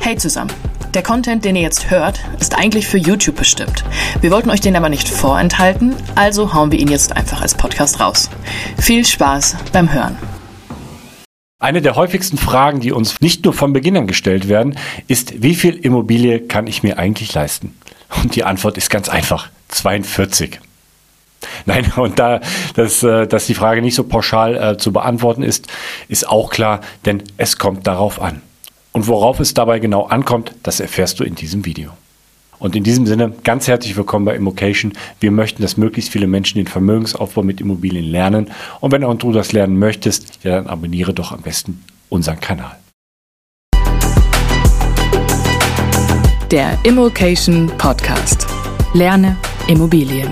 Hey zusammen! Der Content, den ihr jetzt hört, ist eigentlich für YouTube bestimmt. Wir wollten euch den aber nicht vorenthalten, also hauen wir ihn jetzt einfach als Podcast raus. Viel Spaß beim Hören! Eine der häufigsten Fragen, die uns nicht nur von Beginn an gestellt werden, ist, wie viel Immobilie kann ich mir eigentlich leisten? Und die Antwort ist ganz einfach, 42. Nein, und dass die Frage nicht so pauschal zu beantworten ist auch klar, denn es kommt darauf an. Und worauf es dabei genau ankommt, das erfährst du in diesem Video. Und in diesem Sinne, ganz herzlich willkommen bei Immocation. Wir möchten, dass möglichst viele Menschen den Vermögensaufbau mit Immobilien lernen. Und wenn auch du das lernen möchtest, ja, dann abonniere doch am besten unseren Kanal. Der Immocation Podcast. Lerne Immobilien.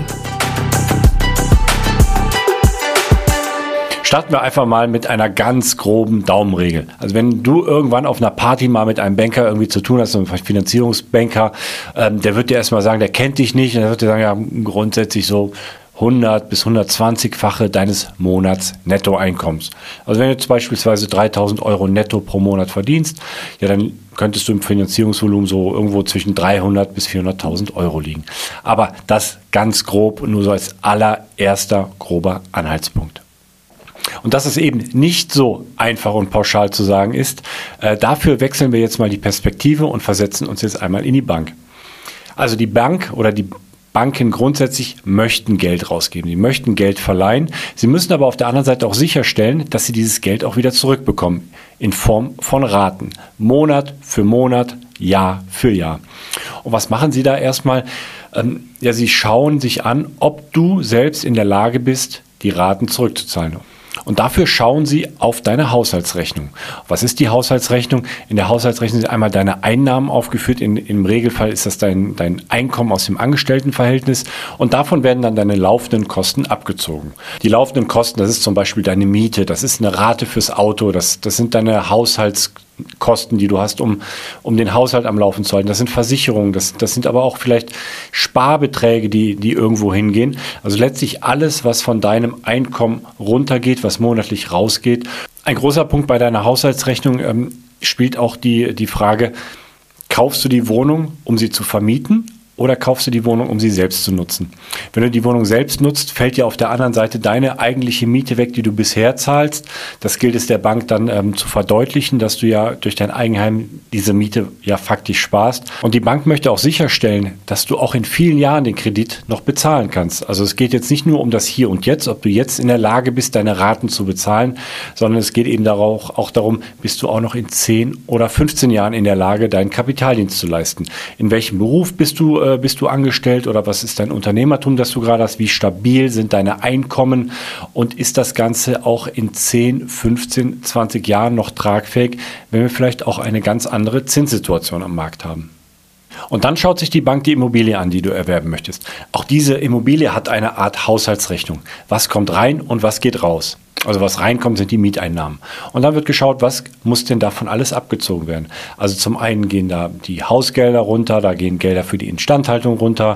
Starten wir einfach mal mit einer ganz groben Daumenregel. Also wenn du irgendwann auf einer Party mal mit einem Banker irgendwie zu tun hast, so einem Finanzierungsbanker, der wird dir erstmal sagen, der kennt dich nicht. Und der wird dir sagen, ja, grundsätzlich so 100 bis 120-fache deines Monats Nettoeinkommens. Also wenn du jetzt beispielsweise 3.000 Euro netto pro Monat verdienst, ja, dann könntest du im Finanzierungsvolumen so irgendwo zwischen 300 bis 400.000 Euro liegen. Aber das ganz grob, nur so als allererster grober Anhaltspunkt. Und dass es eben nicht so einfach und pauschal zu sagen ist, dafür wechseln wir jetzt mal die Perspektive und versetzen uns jetzt einmal in die Bank. Also die Bank oder die Banken grundsätzlich möchten Geld rausgeben, sie möchten Geld verleihen, sie müssen aber auf der anderen Seite auch sicherstellen, dass sie dieses Geld auch wieder zurückbekommen, in Form von Raten, Monat für Monat, Jahr für Jahr. Und was machen sie da erstmal? Ja, sie schauen sich an, ob du selbst in der Lage bist, die Raten zurückzuzahlen. Und dafür schauen sie auf deine Haushaltsrechnung. Was ist die Haushaltsrechnung? In der Haushaltsrechnung sind einmal deine Einnahmen aufgeführt. Im Regelfall ist das dein Einkommen aus dem Angestelltenverhältnis. Und davon werden dann deine laufenden Kosten abgezogen. Die laufenden Kosten, das ist zum Beispiel deine Miete, das ist eine Rate fürs Auto, das sind deine Haushaltskosten, die du hast, um den Haushalt am Laufen zu halten. Das sind Versicherungen, das sind aber auch vielleicht Sparbeträge, die irgendwo hingehen. Also letztlich alles, was von deinem Einkommen runtergeht, was monatlich rausgeht. Ein großer Punkt bei deiner Haushaltsrechnung spielt auch die Frage, kaufst du die Wohnung, um sie zu vermieten? Oder kaufst du die Wohnung, um sie selbst zu nutzen? Wenn du die Wohnung selbst nutzt, fällt dir auf der anderen Seite deine eigentliche Miete weg, die du bisher zahlst. Das gilt es der Bank dann zu verdeutlichen, dass du ja durch dein Eigenheim diese Miete ja faktisch sparst. Und die Bank möchte auch sicherstellen, dass du auch in vielen Jahren den Kredit noch bezahlen kannst. Also es geht jetzt nicht nur um das Hier und Jetzt, ob du jetzt in der Lage bist, deine Raten zu bezahlen, sondern es geht eben auch darum, bist du auch noch in 10 oder 15 Jahren in der Lage, deinen Kapitaldienst zu leisten. In welchem Beruf bist du angestellt oder was ist dein Unternehmertum, das du gerade hast? Wie stabil sind deine Einkommen? Und ist das Ganze auch in 10, 15, 20 Jahren noch tragfähig, wenn wir vielleicht auch eine ganz andere Zinssituation am Markt haben? Und dann schaut sich die Bank die Immobilie an, die du erwerben möchtest. Auch diese Immobilie hat eine Art Haushaltsrechnung. Was kommt rein und was geht raus? Also was reinkommt, sind die Mieteinnahmen. Und dann wird geschaut, was muss denn davon alles abgezogen werden. Also zum einen gehen da die Hausgelder runter, da gehen Gelder für die Instandhaltung runter,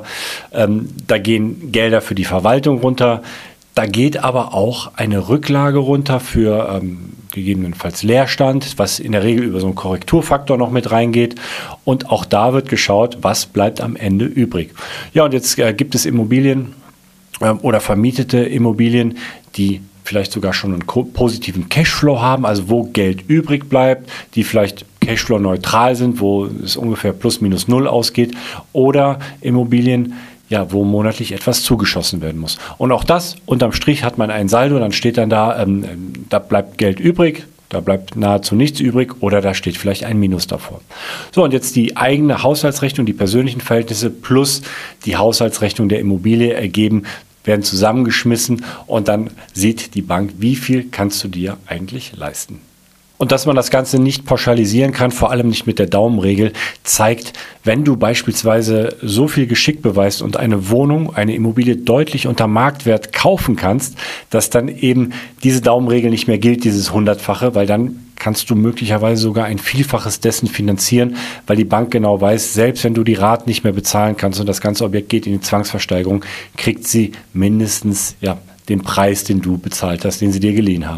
da gehen Gelder für die Verwaltung runter. Da geht aber auch eine Rücklage runter für gegebenenfalls Leerstand, was in der Regel über so einen Korrekturfaktor noch mit reingeht. Und auch da wird geschaut, was bleibt am Ende übrig. Ja, und jetzt gibt es Immobilien oder vermietete Immobilien, die vielleicht sogar schon einen positiven Cashflow haben, also wo Geld übrig bleibt, die vielleicht Cashflow-neutral sind, wo es ungefähr plus minus null ausgeht, oder Immobilien, ja, wo monatlich etwas zugeschossen werden muss. Und auch das, unterm Strich hat man ein Saldo, dann steht dann da, da bleibt Geld übrig, da bleibt nahezu nichts übrig oder da steht vielleicht ein Minus davor. So, und jetzt die eigene Haushaltsrechnung, die persönlichen Verhältnisse plus die Haushaltsrechnung der Immobilie werden zusammengeschmissen und dann sieht die Bank, wie viel kannst du dir eigentlich leisten. Und dass man das Ganze nicht pauschalisieren kann, vor allem nicht mit der Daumenregel, zeigt, wenn du beispielsweise so viel Geschick beweist und eine Wohnung, eine Immobilie deutlich unter Marktwert kaufen kannst, dass dann eben diese Daumenregel nicht mehr gilt, dieses 100-fache, weil dann kannst du möglicherweise sogar ein Vielfaches dessen finanzieren, weil die Bank genau weiß, selbst wenn du die Raten nicht mehr bezahlen kannst und das ganze Objekt geht in die Zwangsversteigerung, kriegt sie mindestens den Preis, den du bezahlt hast, den sie dir geliehen haben.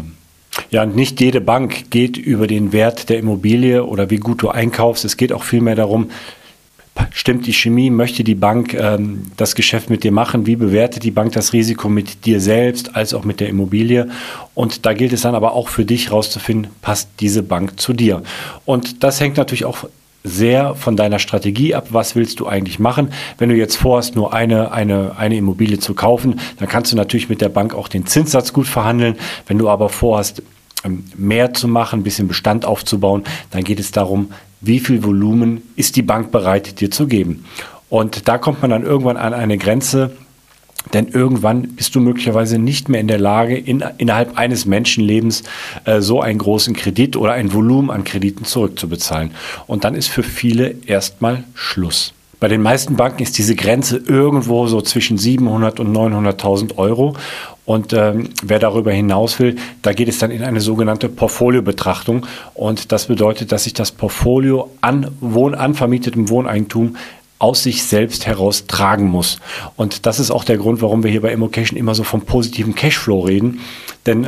Ja, und nicht jede Bank geht über den Wert der Immobilie oder wie gut du einkaufst. Es geht auch vielmehr darum, stimmt die Chemie, möchte die Bank das Geschäft mit dir machen? Wie bewertet die Bank das Risiko mit dir selbst als auch mit der Immobilie? Und da gilt es dann aber auch für dich rauszufinden, passt diese Bank zu dir? Und das hängt natürlich auch sehr von deiner Strategie ab. Was willst du eigentlich machen? Wenn du jetzt vorhast, nur eine Immobilie zu kaufen, dann kannst du natürlich mit der Bank auch den Zinssatz gut verhandeln. Wenn du aber vorhast, mehr zu machen, ein bisschen Bestand aufzubauen, dann geht es darum, wie viel Volumen ist die Bank bereit, dir zu geben. Und da kommt man dann irgendwann an eine Grenze, denn irgendwann bist du möglicherweise nicht mehr in der Lage, innerhalb eines Menschenlebens so einen großen Kredit oder ein Volumen an Krediten zurückzubezahlen. Und dann ist für viele erstmal Schluss. Bei den meisten Banken ist diese Grenze irgendwo so zwischen 700 und 900.000 Euro. Und wer darüber hinaus will, da geht es dann in eine sogenannte Portfoliobetrachtung. Und das bedeutet, dass sich das Portfolio an vermietetem Wohneigentum aus sich selbst heraus tragen muss. Und das ist auch der Grund, warum wir hier bei Immocation immer so vom positiven Cashflow reden. Denn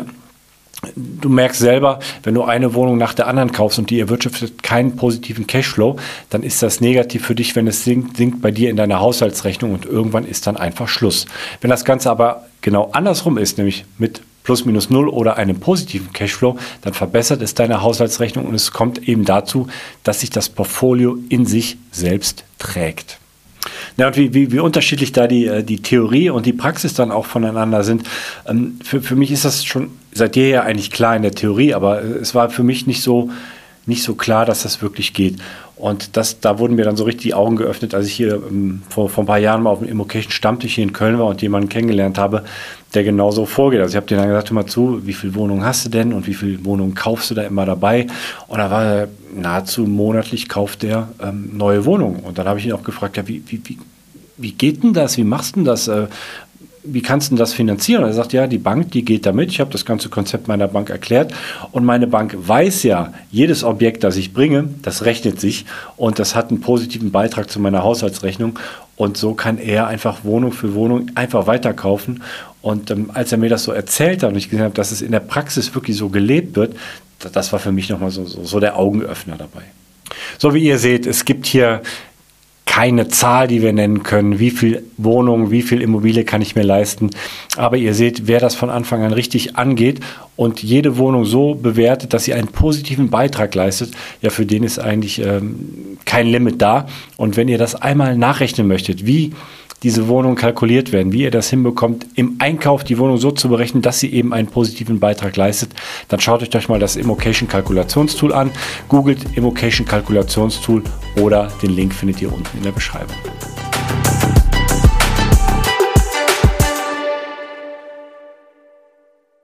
du merkst selber, wenn du eine Wohnung nach der anderen kaufst und die erwirtschaftet keinen positiven Cashflow, dann ist das negativ für dich, wenn es sinkt bei dir in deiner Haushaltsrechnung und irgendwann ist dann einfach Schluss. Wenn das Ganze aber genau andersrum ist, nämlich mit plus minus null oder einem positiven Cashflow, dann verbessert es deine Haushaltsrechnung und es kommt eben dazu, dass sich das Portfolio in sich selbst trägt. Ja, und wie unterschiedlich da die Theorie und die Praxis dann auch voneinander sind. Für mich ist das schon seit jeher eigentlich klar in der Theorie, aber es war für mich nicht so klar, dass das wirklich geht. Und da wurden mir dann so richtig die Augen geöffnet, als ich hier vor ein paar Jahren mal auf dem Immocation-Stammtisch hier in Köln war und jemanden kennengelernt habe, der genauso vorgeht. Also ich habe dir dann gesagt, hör mal zu, wie viele Wohnungen hast du denn und wie viele Wohnungen kaufst du da immer dabei? Und da war er nahezu monatlich, kauft der neue Wohnungen. Und dann habe ich ihn auch gefragt, ja, wie geht denn das? Wie machst du denn das? Wie kannst du das finanzieren? Und er sagt, ja, die Bank, die geht damit. Ich habe das ganze Konzept meiner Bank erklärt. Und meine Bank weiß ja, jedes Objekt, das ich bringe, das rechnet sich. Und das hat einen positiven Beitrag zu meiner Haushaltsrechnung. Und so kann er einfach Wohnung für Wohnung einfach weiterkaufen. Und als er mir das so erzählt hat und ich gesehen habe, dass es in der Praxis wirklich so gelebt wird, das war für mich nochmal so der Augenöffner dabei. So wie ihr seht, es gibt hier keine Zahl, die wir nennen können, wie viel Wohnung, wie viel Immobilie kann ich mir leisten. Aber ihr seht, wer das von Anfang an richtig angeht und jede Wohnung so bewertet, dass sie einen positiven Beitrag leistet, ja, für den ist eigentlich kein Limit da. Und wenn ihr das einmal nachrechnen möchtet, wie diese Wohnungen kalkuliert werden, wie ihr das hinbekommt, im Einkauf die Wohnung so zu berechnen, dass sie eben einen positiven Beitrag leistet, dann schaut euch doch mal das Immocation Kalkulationstool an, googelt Immocation Kalkulationstool oder den Link findet ihr unten in der Beschreibung.